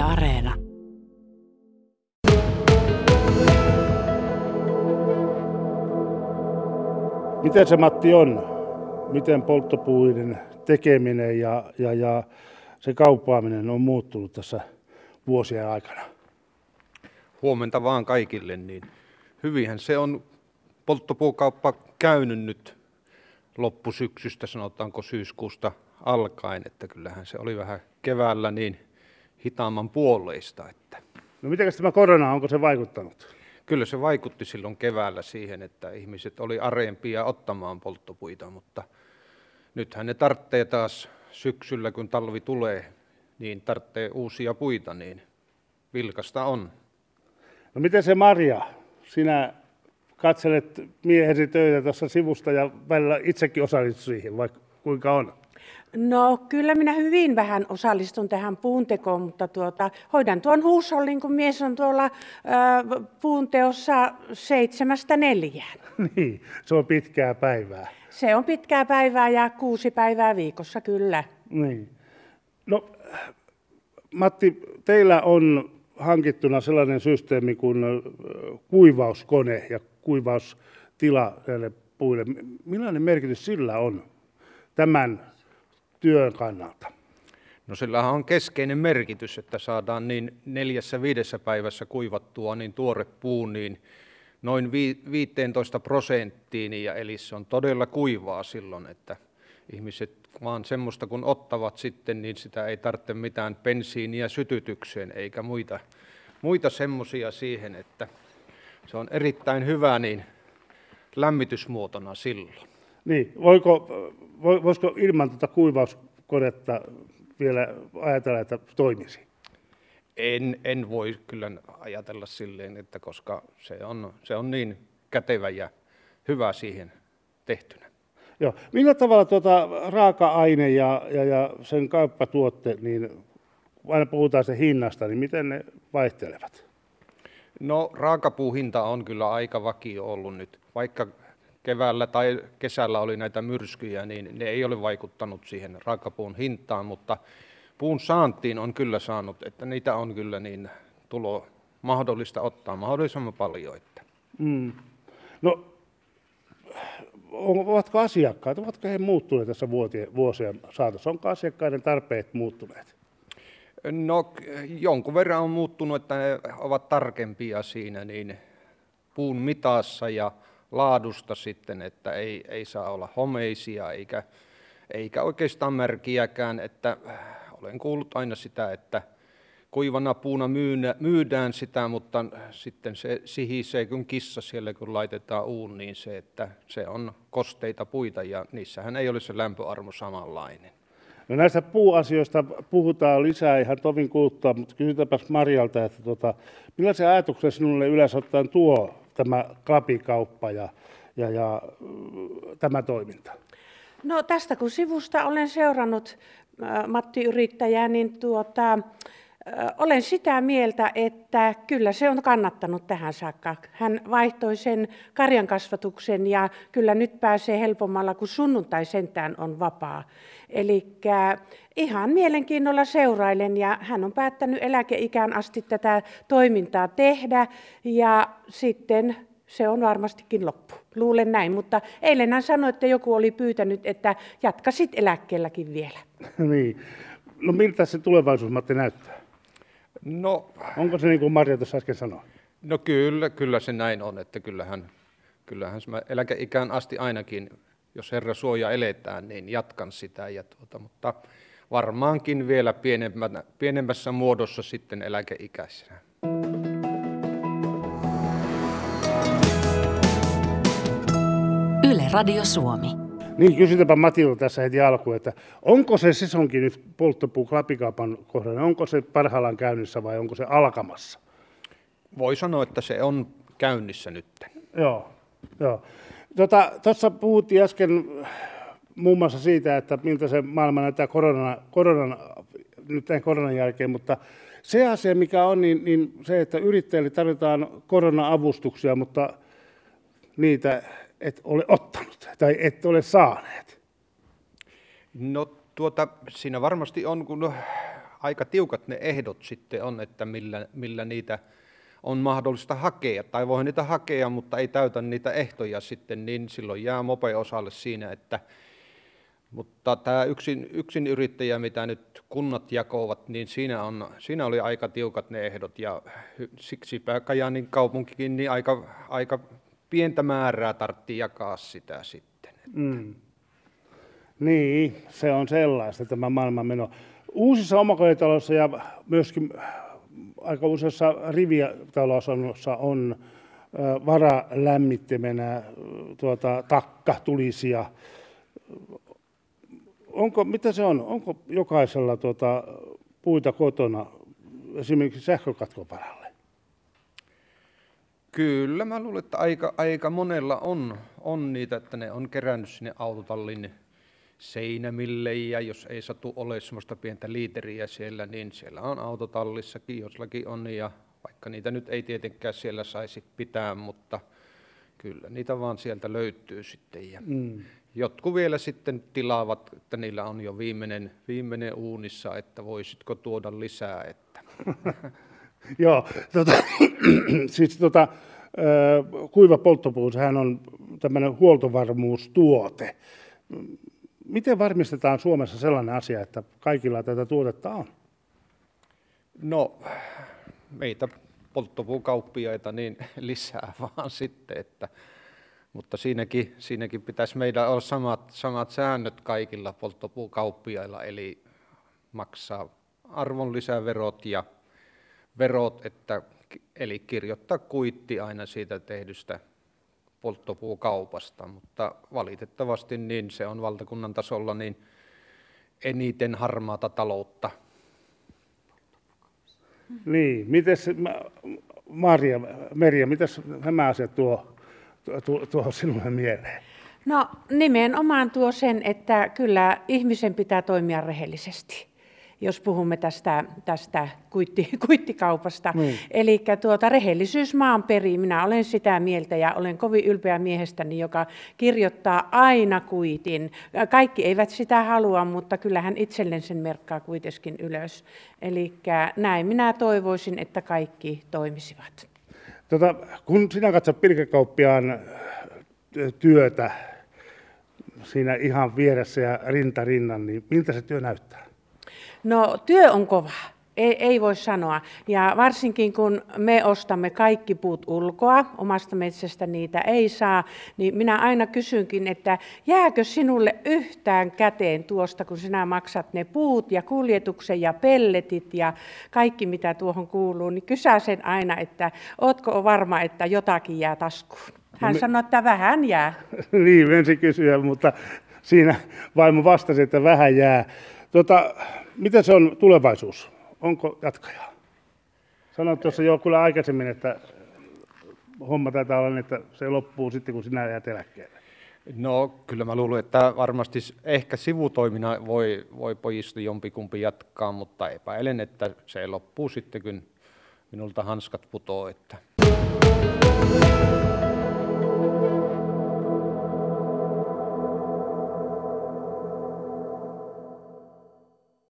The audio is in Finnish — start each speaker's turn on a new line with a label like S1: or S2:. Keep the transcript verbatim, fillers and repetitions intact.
S1: Areena.
S2: Miten se, Matti, on? Miten polttopuiden tekeminen ja, ja, ja se kauppaaminen on muuttunut tässä vuosien aikana?
S3: Huomenta vaan kaikille. Niin hyvinhän se on polttopuukauppa käynyt nyt loppusyksystä, sanotaanko syyskuusta alkaen, että kyllähän se oli vähän keväällä niin hitaamman puoleista. Että.
S2: No miten tämä korona, onko se vaikuttanut?
S3: Kyllä se vaikutti silloin keväällä siihen, että ihmiset oli areempia ottamaan polttopuita, mutta nythän ne tarvitsee taas syksyllä, kun talvi tulee, niin tarvitsee uusia puita, niin vilkasta on.
S2: No miten se, Marja, sinä katselet miehesi töitä tuossa sivusta ja välillä itsekin osallistut siihen, vai kuinka on?
S4: No kyllä minä hyvin vähän osallistun tähän puuntekoon, mutta tuota, hoidan tuon huushollin, kun mies on tuolla äh, puunteossa seitsemästä neljään.
S2: Niin, se on pitkää päivää.
S4: Se on pitkää päivää ja kuusi päivää viikossa, kyllä.
S2: Niin. No, Matti, teillä on hankittuna sellainen systeemi kuin kuivauskone ja kuivaustila näille puille. Millainen merkitys sillä on tämän työn kannalta?
S3: No sillähän on keskeinen merkitys, että saadaan niin neljässä viidessä päivässä kuivattua niin tuore puu niin noin viisitoista prosenttiin, ja eli se on todella kuivaa silloin, että ihmiset vaan semmoista kun ottavat sitten, niin sitä ei tarvitse mitään bensiiniä sytytykseen eikä muita, muita semmoisia siihen, että se on erittäin hyvä niin lämmitysmuotona silloin.
S2: Niin, voiko, voisiko ilman tuota kuivauskonetta vielä ajatella, että toimisi?
S3: En, en voi kyllä ajatella silleen, että koska se on, se on niin kätevä ja hyvä siihen tehtynä.
S2: Joo. Millä tavalla tuota raaka-aine ja, ja, ja sen kauppatuotte, niin kun aina puhutaan sen hinnasta, niin miten ne vaihtelevat?
S3: No raakapuuhinta on kyllä aika vakio ollut nyt, vaikka keväällä tai kesällä oli näitä myrskyjä, niin ne ei ole vaikuttanut siihen raakapuun hintaan, mutta puun saantiin on kyllä saanut, että niitä on kyllä niin tulo mahdollista ottaa mahdollisimman paljon. Että.
S2: Mm. No, ovatko asiakkaat, ovatko he muuttuneet tässä vuosien saatossa? Onko asiakkaiden tarpeet muuttuneet?
S3: No jonkun verran on muuttunut, että ne ovat tarkempia siinä niin puun mitassa ja laadusta sitten, että ei, ei saa olla homeisia eikä, eikä oikeastaan märkiäkään, että olen kuullut aina sitä, että kuivana puuna myydään sitä, mutta sitten se sihisee kun kissa siellä, kun laitetaan uuniin se, että se on kosteita puita ja niissähän ei ole se lämpöarvo samanlainen.
S2: No näistä puuasioista puhutaan lisää ihan tovin kuluttua, mutta kysytäänpäs Marjalta, että tuota, millaisia ajatuksia sinulle yleensä ottaen tuo tämä klapikauppa ja, ja, ja tämä toiminta?
S4: No tästä kun sivusta olen seurannut Matti yrittäjää, niin tuota, olen sitä mieltä, että kyllä se on kannattanut tähän saakka. Hän vaihtoi sen karjankasvatuksen ja kyllä nyt pääsee helpommalla, kun sunnuntai sentään on vapaa. Eli ihan mielenkiinnolla seurailen ja hän on päättänyt eläkeikään asti tätä toimintaa tehdä ja sitten se on varmastikin loppu. Luulen näin, mutta eilen hän sanoi, että joku oli pyytänyt, että jatkasit eläkkeelläkin vielä.
S2: Niin. No miltä se tulevaisuus, Matti, näyttää?
S3: No,
S2: onko se niin kuin Marja tuossa äsken sanoi?
S3: No kyllä, kyllä se näin on, että kyllähän, kyllähän eläkeikään asti ainakin, jos Herra suoja eletään, niin jatkan sitä. Ja tuota, mutta varmaankin vielä pienemmässä muodossa sitten eläkeikäisenä.
S1: Yle Radio Suomi.
S2: Niin, kysytäpä Matilta tässä heti alkuun, että onko se sesonkin nyt polttopuu klapikaupan kohdalla, onko se parhaillaan käynnissä vai onko se alkamassa?
S3: Voi sanoa, että se on käynnissä nyt.
S2: Joo, joo. Tuossa tota, puhuttiin äsken muun muassa siitä, että miltä se maailma näyttää koronan, koronan, nyt tämän koronan jälkeen, mutta se asia, mikä on, niin, niin se, että yrittäjille tarvitaan korona-avustuksia, mutta niitä et ole ottanut tai et ole saaneet.
S3: No tuota, siinä varmasti on, kun aika tiukat ne ehdot sitten on, että millä, millä niitä on mahdollista hakea, tai voi niitä hakea, mutta ei täytä niitä ehtoja sitten, niin silloin jää mope-osalle siinä, että mutta tämä yksin, yksin yrittäjä, mitä nyt kunnat jakovat, niin siinä, on, siinä oli aika tiukat ne ehdot, ja siksipä Kajaanin kaupunkikin niin aika, aika pientä määrää tarvittiin jakaa sitä sitten.
S2: Mm. Niin, se on sellaista tämä maailmanmeno. Uusissa omakotitaloissa ja myöskin aika useassa rivitalossa on varalämmittimenä tuota, takkatulisia. Onko, mitä se on? Onko jokaisella tuota, puita kotona esimerkiksi sähkökatkon varalle?
S3: Kyllä, mä luulen, että aika, aika monella on, on niitä, että ne on kerännyt sinne autotallin seinämille, ja jos ei satu ole semmoista pientä liiteriä siellä, niin siellä on autotallissakin, joslakin on, ja vaikka niitä nyt ei tietenkään siellä saisi pitää, mutta kyllä niitä vaan sieltä löytyy sitten. Ja mm. Jotkut vielä sitten tilaavat, että niillä on jo viimeinen, viimeinen uunissa, että voisitko tuoda lisää. Että.
S2: Joo, tota, siis tota, kuiva polttopuu, sehän on tämmöinen huoltovarmuustuote. Miten varmistetaan Suomessa sellainen asia, että kaikilla tätä tuotetta on?
S3: No, meitä polttopuukauppiaita niin lisää vaan sitten, että, mutta siinäkin, siinäkin pitäisi meidän olla samat, samat säännöt kaikilla polttopuukauppiailla, eli maksaa arvonlisäverot ja verot, että, eli kirjoittaa kuitti aina siitä tehdystä polttopuukaupasta, mutta valitettavasti niin se on valtakunnan tasolla niin eniten harmaata taloutta.
S2: Niin, mites Maria, Merja, mitäs nämä asiat tuo, tuo, tuo sinulle mieleen?
S4: No nimenomaan tuo sen, että kyllä ihmisen pitää toimia rehellisesti, jos puhumme tästä, tästä kuitti, kuittikaupasta. Mm. Eli tuota, rehellisyys maan perii. Minä olen sitä mieltä ja olen kovin ylpeä miehestäni, joka kirjoittaa aina kuitin. Kaikki eivät sitä halua, mutta kyllähän itselleen sen merkkaa kuitenkin ylös. Eli näin minä toivoisin, että kaikki toimisivat.
S2: Tota, kun sinä katsot Pilkekauppiaan työtä siinä ihan vieressä ja rinta rinnan, niin miltä se työ näyttää?
S4: No työ on kova, ei, ei voi sanoa. Ja varsinkin kun me ostamme kaikki puut ulkoa, omasta metsästä niitä ei saa, niin minä aina kysynkin, että jääkö sinulle yhtään käteen tuosta, kun sinä maksat ne puut ja kuljetuksen ja pelletit ja kaikki mitä tuohon kuuluu, niin kysäsen aina, että ootko varma, että jotakin jää taskuun. Hän no me... sanoi, että vähän jää.
S2: Niin, ensin kysyä, mutta siinä vaimo vastasi, että vähän jää. Tota, mitä se on tulevaisuus? Onko jatkajaa? Sanoit tuossa jo kyllä aikaisemmin, että homma taitaa olla, että se loppuu sitten, kun sinä jäät eläkkeelle.
S3: No kyllä mä luulen, että varmasti ehkä sivutoimina voi, voi pojista jompikumpi jatkaa, mutta epäilen, että se loppuu sitten, kun minulta hanskat putoo. Että...